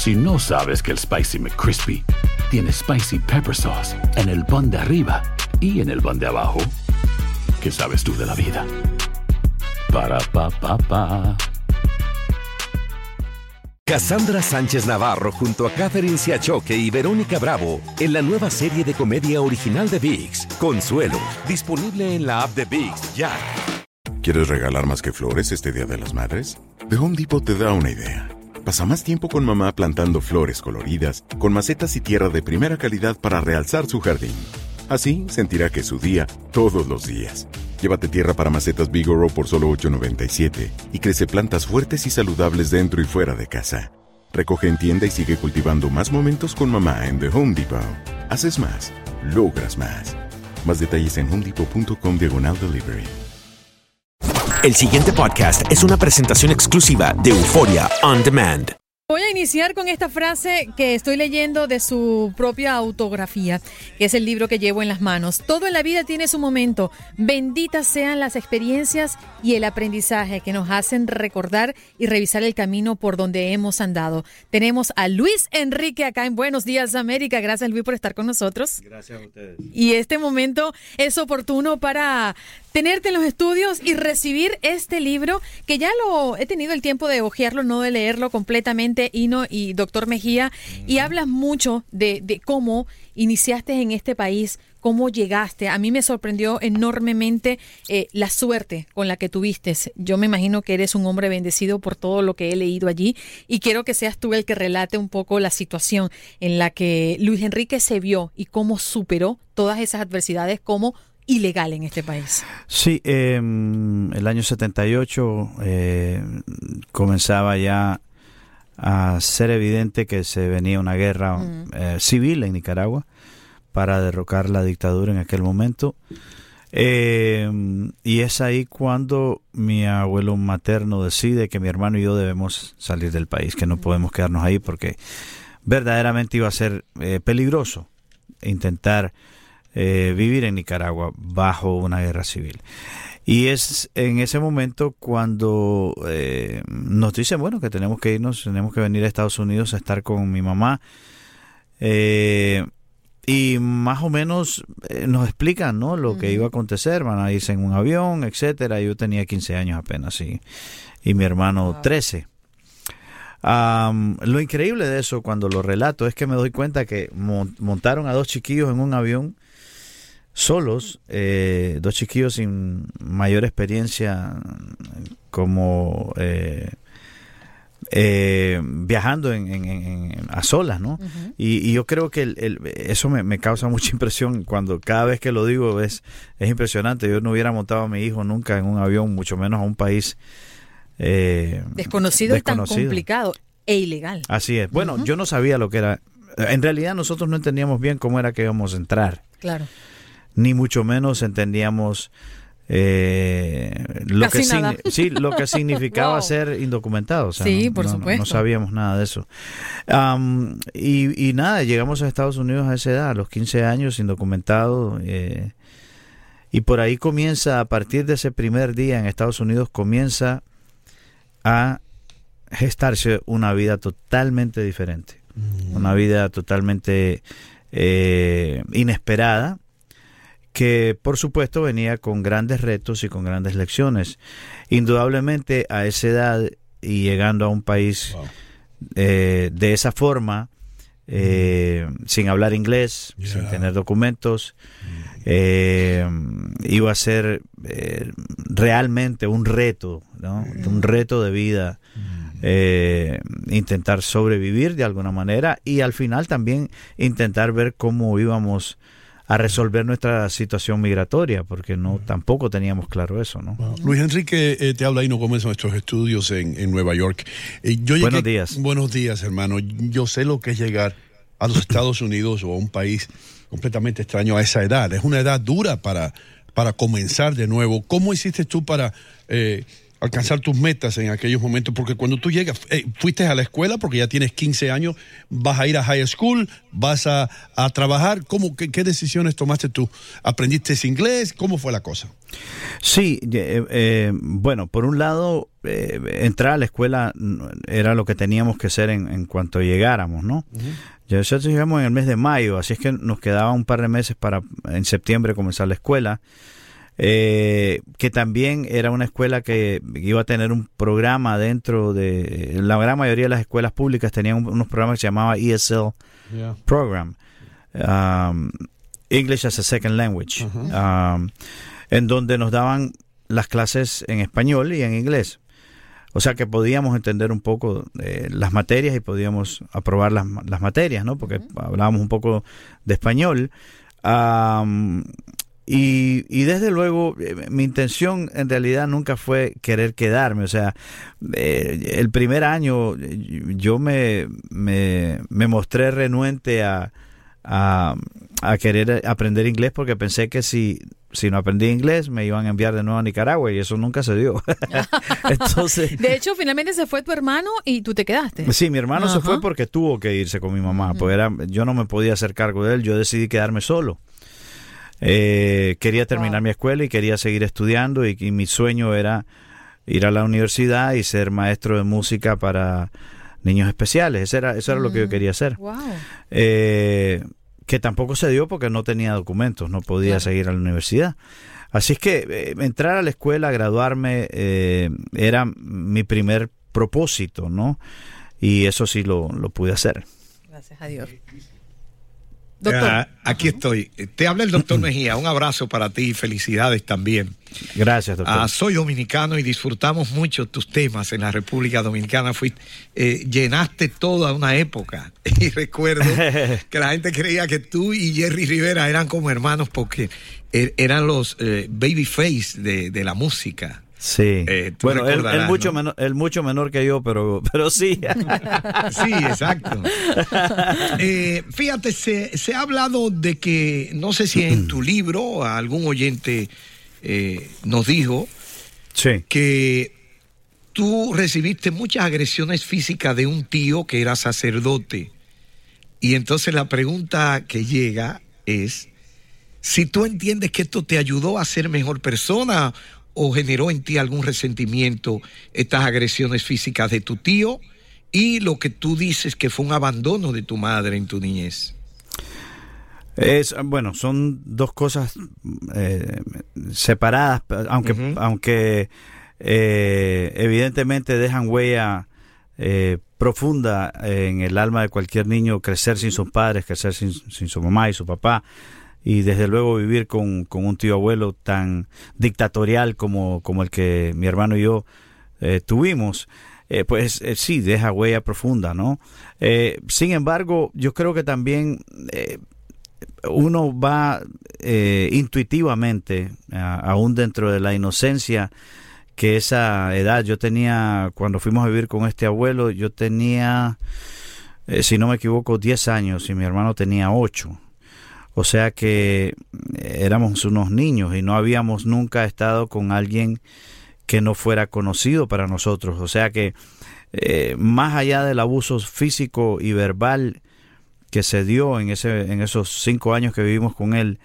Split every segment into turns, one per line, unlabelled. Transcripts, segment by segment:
Si no sabes que el Spicy McCrispy tiene Spicy Pepper Sauce en el pan de arriba y en el pan de abajo, ¿qué sabes tú de la vida? Para, pa, pa, pa.
Cassandra Sánchez Navarro junto a Catherine Siachoque y Verónica Bravo en la nueva serie de comedia original de ViX, Consuelo, disponible en la app de ViX ya.
¿Quieres regalar más que flores este Día de las Madres? The Home Depot te da una idea. Pasa más tiempo con mamá plantando flores coloridas, con macetas y tierra de primera calidad para realzar su jardín. Así sentirá que es su día todos los días. Llévate tierra para macetas Vigoro por solo $8.97 y crece plantas fuertes y saludables dentro y fuera de casa. Recoge en tienda y sigue cultivando más momentos con mamá en The Home Depot. Haces más, logras más. Más detalles en homedepot.com/delivery.
El siguiente podcast es una presentación exclusiva de Euphoria On Demand.
Voy a iniciar con esta frase que estoy leyendo de su propia autografía, que es el libro que llevo en las manos. Todo en la vida tiene su momento. Benditas sean las experiencias y el aprendizaje que nos hacen recordar y revisar el camino por donde hemos andado. Tenemos a Luis Enrique acá en Buenos Días América. Gracias, Luis, por estar con nosotros.
Gracias a ustedes.
Y este momento es oportuno para tenerte en los estudios y recibir este libro, que ya lo he tenido el tiempo de hojearlo, no de leerlo completamente, Hino y doctor Mejía, y hablas mucho de cómo iniciaste en este país, cómo llegaste. A mí me sorprendió enormemente la suerte con la que tuviste. Yo me imagino que eres un hombre bendecido por todo lo que he leído allí, y quiero que seas tú el que relate un poco la situación en la que Luis Enrique se vio y cómo superó todas esas adversidades como ilegal en este país.
Sí, el año 78 comenzaba ya a ser evidente que se venía una guerra civil en Nicaragua para derrocar la dictadura en aquel momento. Y es ahí cuando mi abuelo materno decide que mi hermano y yo debemos salir del país, que no podemos quedarnos ahí porque verdaderamente iba a ser peligroso intentar vivir en Nicaragua bajo una guerra civil. Y es en ese momento cuando nos dicen, bueno, que tenemos que irnos, tenemos que venir a Estados Unidos a estar con mi mamá. Y más o menos nos explican, ¿no?, lo que iba a acontecer. Van a irse en un avión, etcétera. Yo tenía 15 años apenas y mi hermano 13. Lo increíble de eso, cuando lo relato, es que me doy cuenta que montaron a dos chiquillos en un avión solos, dos chiquillos sin mayor experiencia como viajando a solas, ¿no? Uh-huh. Y yo creo que eso me causa mucha impresión cuando cada vez que lo digo es impresionante. Yo no hubiera montado a mi hijo nunca en un avión, mucho menos a un país
desconocido y tan complicado e ilegal.
Así es. Bueno, yo no sabía lo que era. En realidad nosotros no entendíamos bien cómo era que íbamos a entrar.
Claro.
Ni mucho menos entendíamos lo que significaba ser indocumentado. O sea,
sí, por supuesto.
No sabíamos nada de eso. Y nada, llegamos a Estados Unidos a esa edad, a los 15 años, indocumentados. Y por ahí comienza, a partir de ese primer día en Estados Unidos, comienza a gestarse una vida totalmente diferente. Una vida totalmente inesperada, que por supuesto venía con grandes retos y con grandes lecciones. Indudablemente a esa edad y llegando a un país de esa forma, sin hablar inglés, sin tener documentos, iba a ser realmente un reto, ¿no? Un reto de vida, intentar sobrevivir de alguna manera y al final también intentar ver cómo íbamos a resolver nuestra situación migratoria, porque tampoco teníamos claro eso, ¿no?
Luis Enrique te habla y no comienza nuestros estudios en Nueva York.
Buenos días.
Buenos días, hermano. Yo sé lo que es llegar a los Estados Unidos o a un país completamente extraño a esa edad. Es una edad dura para comenzar de nuevo. ¿Cómo hiciste tú para alcanzar tus metas en aquellos momentos? Porque cuando tú llegas, fuiste a la escuela porque ya tienes 15 años, vas a ir a high school, vas a trabajar. ¿Qué decisiones tomaste tú? ¿Aprendiste inglés? ¿Cómo fue la cosa?
Sí, bueno, por un lado, entrar a la escuela era lo que teníamos que hacer en cuanto llegáramos, ¿no? Uh-huh. Nosotros llegamos en el mes de mayo, así es que nos quedaba un par de meses para en septiembre comenzar la escuela. Que también era una escuela que iba a tener un programa dentro de la gran mayoría de las escuelas públicas tenían unos programas que se llamaba ESL Program, English as a Second Language, uh-huh. En donde nos daban las clases en español y en inglés, o sea que podíamos entender un poco las materias y podíamos aprobar las materias, ¿no? Porque uh-huh. hablábamos un poco de español. Y desde luego mi intención en realidad nunca fue querer quedarme, o sea, el primer año yo me mostré renuente a querer aprender inglés porque pensé que si no aprendí inglés me iban a enviar de nuevo a Nicaragua y eso nunca se dio. Entonces,
de hecho, finalmente se fue tu hermano y tú te quedaste.
Sí, mi hermano se fue porque tuvo que irse con mi mamá, porque yo no me podía hacer cargo de él, yo decidí quedarme solo. Quería terminar mi escuela y quería seguir estudiando y mi sueño era ir a la universidad y ser maestro de música para niños especiales. Eso era lo que yo quería hacer. Wow. Que tampoco se dio porque no tenía documentos, no podía seguir a la universidad. Así es que entrar a la escuela, graduarme, era mi primer propósito, ¿no? Y eso sí lo pude hacer.
Gracias a Dios.
Doctor. Aquí estoy. Te habla el doctor Mejía. Un abrazo para ti y felicidades también.
Gracias, doctor.
Soy dominicano y disfrutamos mucho tus temas en la República Dominicana. Llenaste toda una época. Y recuerdo que la gente creía que tú y Jerry Rivera eran como hermanos porque eran los babyface de la música.
Sí, bueno, él mucho menor que yo, pero sí.
Sí, exacto. Fíjate, se ha hablado de que, no sé si en tu libro algún oyente nos dijo que tú recibiste muchas agresiones físicas de un tío que era sacerdote. Y entonces la pregunta que llega es si tú entiendes que esto te ayudó a ser mejor persona o generó en ti algún resentimiento estas agresiones físicas de tu tío y lo que tú dices que fue un abandono de tu madre en tu niñez.
Bueno, son dos cosas separadas, aunque evidentemente dejan huella profunda en el alma de cualquier niño, crecer sin sus padres, crecer sin su mamá y su papá. Y desde luego vivir con un tío abuelo tan dictatorial como el que mi hermano y yo tuvimos, sí, deja huella profunda, ¿no? Sin embargo, yo creo que también uno va intuitivamente, aún dentro de la inocencia, que esa edad yo tenía, cuando fuimos a vivir con este abuelo, yo tenía, si no me equivoco, 10 años y mi hermano tenía 8. O sea que éramos unos niños y no habíamos nunca estado con alguien que no fuera conocido para nosotros. O sea que más allá del abuso físico y verbal que se dio en esos 5 años que vivimos con él,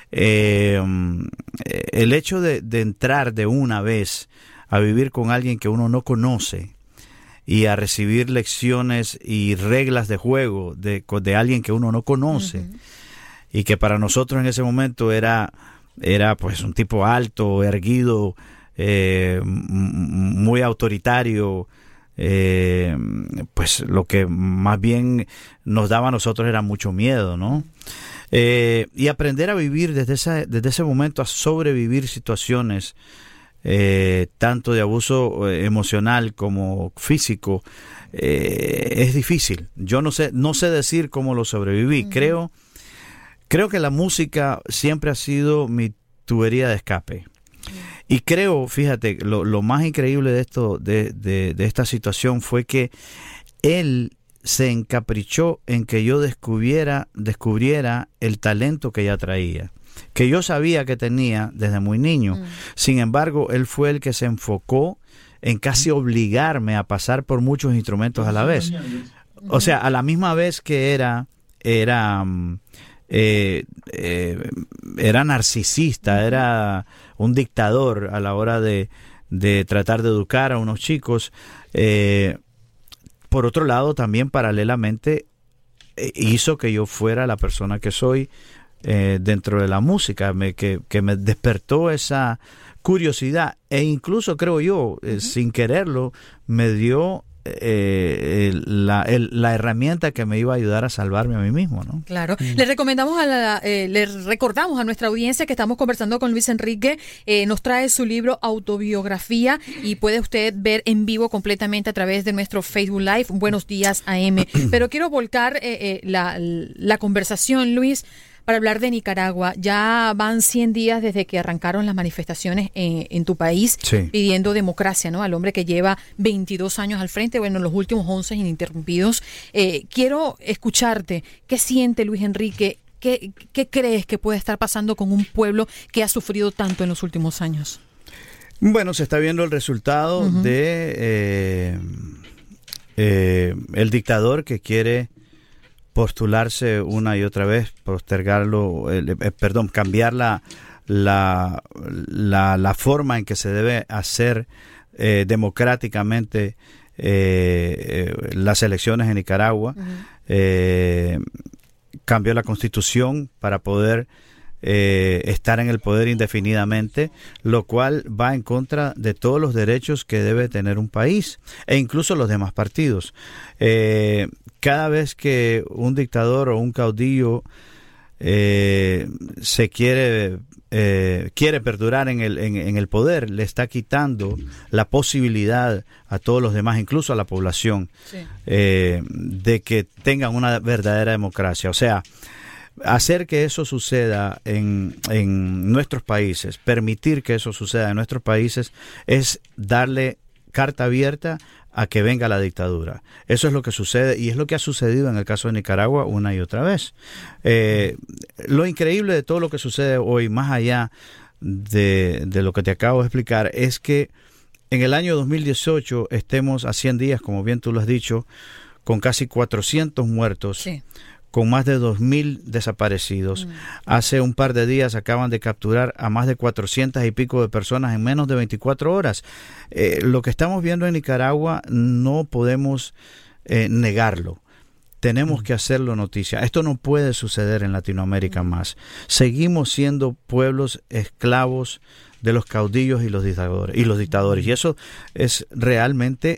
el hecho de entrar de una vez a vivir con alguien que uno no conoce y a recibir lecciones y reglas de juego de alguien que uno no conoce, uh-huh. Y que para nosotros en ese momento era pues un tipo alto, erguido, muy autoritario, pues lo que más bien nos daba a nosotros era mucho miedo, ¿no? Y aprender a vivir desde ese momento, a sobrevivir situaciones tanto de abuso emocional como físico, es difícil. Yo no sé decir cómo lo sobreviví. Uh-huh. Creo que la música siempre ha sido mi tubería de escape. Y creo, fíjate, lo más increíble de esto, de esta situación fue que él se encaprichó en que yo descubriera el talento que ella traía, que yo sabía que tenía desde muy niño. Sin embargo, él fue el que se enfocó en casi obligarme a pasar por muchos instrumentos a la vez. O sea, a la misma vez que era narcisista, era un dictador a la hora de tratar de educar a unos chicos. Por otro lado, también paralelamente hizo que yo fuera la persona que soy dentro de la música, que me despertó esa curiosidad e incluso, creo yo, sin quererlo, me dio la herramienta que me iba a ayudar a salvarme a mí mismo, ¿no?
Claro. Le recomendamos le recordamos a nuestra audiencia que estamos conversando con Luis Enrique. Nos trae su libro Autobiografía y puede usted ver en vivo completamente a través de nuestro Facebook Live. Buenos días AM. Pero quiero volcar la conversación, Luis, para hablar de Nicaragua. Ya van 100 días desde que arrancaron las manifestaciones en tu país, sí, pidiendo democracia, ¿no? Al hombre que lleva 22 años al frente, bueno, los últimos 11 ininterrumpidos. Quiero escucharte. ¿Qué siente Luis Enrique? ¿Qué crees que puede estar pasando con un pueblo que ha sufrido tanto en los últimos años?
Bueno, se está viendo el resultado de el dictador que quiere postularse una y otra vez, cambiar la forma en que se debe hacer democráticamente las elecciones en Nicaragua. Cambió la Constitución para poder estar en el poder indefinidamente, lo cual va en contra de todos los derechos que debe tener un país e incluso los demás partidos. Cada vez que un dictador o un caudillo se quiere perdurar en el poder, le está quitando la posibilidad a todos los demás, incluso a la población, sí, de que tengan una verdadera democracia. O sea, hacer que eso suceda en nuestros países, permitir que eso suceda en nuestros países, es darle carta abierta a que venga la dictadura. Eso es lo que sucede y es lo que ha sucedido en el caso de Nicaragua una y otra vez. Lo increíble de todo lo que sucede hoy, más allá de lo que te acabo de explicar, es que en el año 2018 estemos a 100 días, como bien tú lo has dicho, con casi 400 muertos, sí, con más de 2.000 desaparecidos. Hace un par de días acaban de capturar a más de 400 y pico de personas en menos de 24 horas. Lo que estamos viendo en Nicaragua no podemos negarlo. Tenemos que hacerlo noticia. Esto no puede suceder en Latinoamérica más. Seguimos siendo pueblos esclavos de los caudillos y los dictadores. Y eso es realmente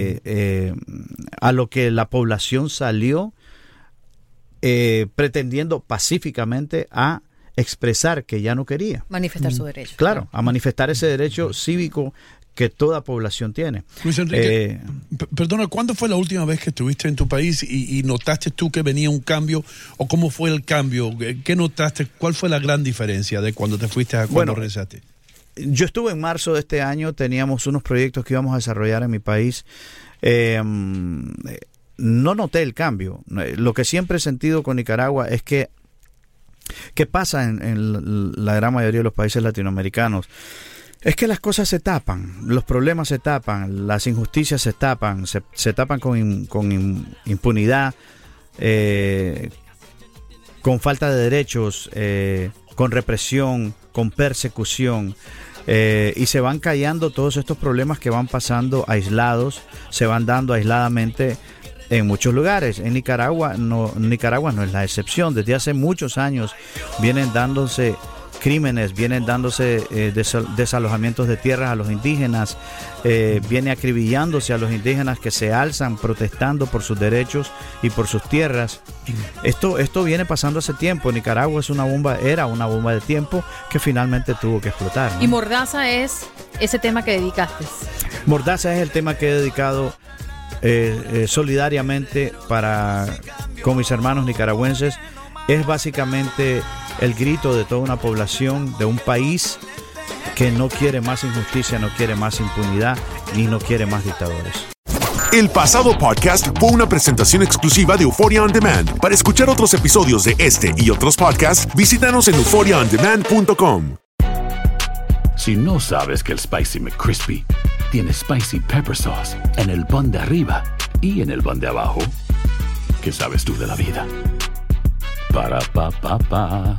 a lo que la población salió pretendiendo pacíficamente a expresar que ya no quería.
Manifestar su derecho.
Claro, a manifestar ese derecho cívico que toda población tiene.
Luis Enrique, perdona, ¿cuándo fue la última vez que estuviste en tu país y notaste tú que venía un cambio? ¿O cómo fue el cambio? ¿Qué notaste? ¿Cuál fue la gran diferencia de cuando te fuiste a cuando regresaste?
Yo estuve en marzo de este año, teníamos unos proyectos que íbamos a desarrollar en mi país. No noté el cambio. Lo que siempre he sentido con Nicaragua es que pasa en la gran mayoría de los países latinoamericanos, es que las cosas se tapan, los problemas se tapan, las injusticias se tapan, se tapan con impunidad, con falta de derechos, con represión, con persecución. Y se van callando todos estos problemas que van pasando aislados, se van dando aisladamente en muchos lugares. En Nicaragua no es la excepción. Desde hace muchos años vienen dándose crímenes, vienen dándose desalojamientos de tierras a los indígenas, viene acribillándose a los indígenas que se alzan protestando por sus derechos y por sus tierras. Esto viene pasando hace tiempo. Nicaragua era una bomba de tiempo que finalmente tuvo que explotar, ¿no?
Y Mordaza es ese tema que dedicaste.
Mordaza es el tema que he dedicado solidariamente con mis hermanos nicaragüenses. Es básicamente el grito de toda una población, de un país que no quiere más injusticia, no quiere más impunidad y no quiere más dictadores.
El pasado podcast fue una presentación exclusiva de Euphoria On Demand. Para escuchar otros episodios de este y otros podcasts, visítanos en euphoriaondemand.com.
Si no sabes que el Spicy McCrispy tiene Spicy Pepper Sauce en el pan de arriba y en el pan de abajo. ¿Qué sabes tú de la vida? Para, pa, pa, pa.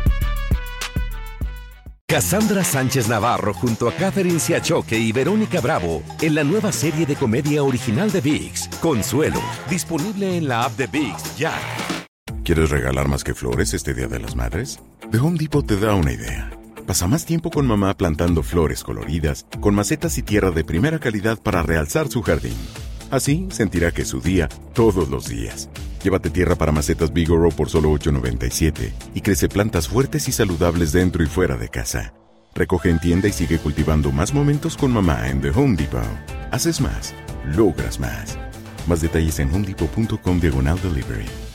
Cassandra Sánchez Navarro junto a Catherine Siachoque y Verónica Bravo en la nueva serie de comedia original de ViX, Consuelo, disponible en la app de ViX ya.
¿Quieres regalar más que flores este Día de las Madres? The Home Depot te da una idea. Pasa más tiempo con mamá plantando flores coloridas, con macetas y tierra de primera calidad para realzar su jardín. Así sentirá que es su día todos los días. Llévate tierra para macetas Bigoro por solo $8.97 y crece plantas fuertes y saludables dentro y fuera de casa. Recoge en tienda y sigue cultivando más momentos con mamá en The Home Depot. Haces más, logras más. Más detalles en homedepot.com/delivery.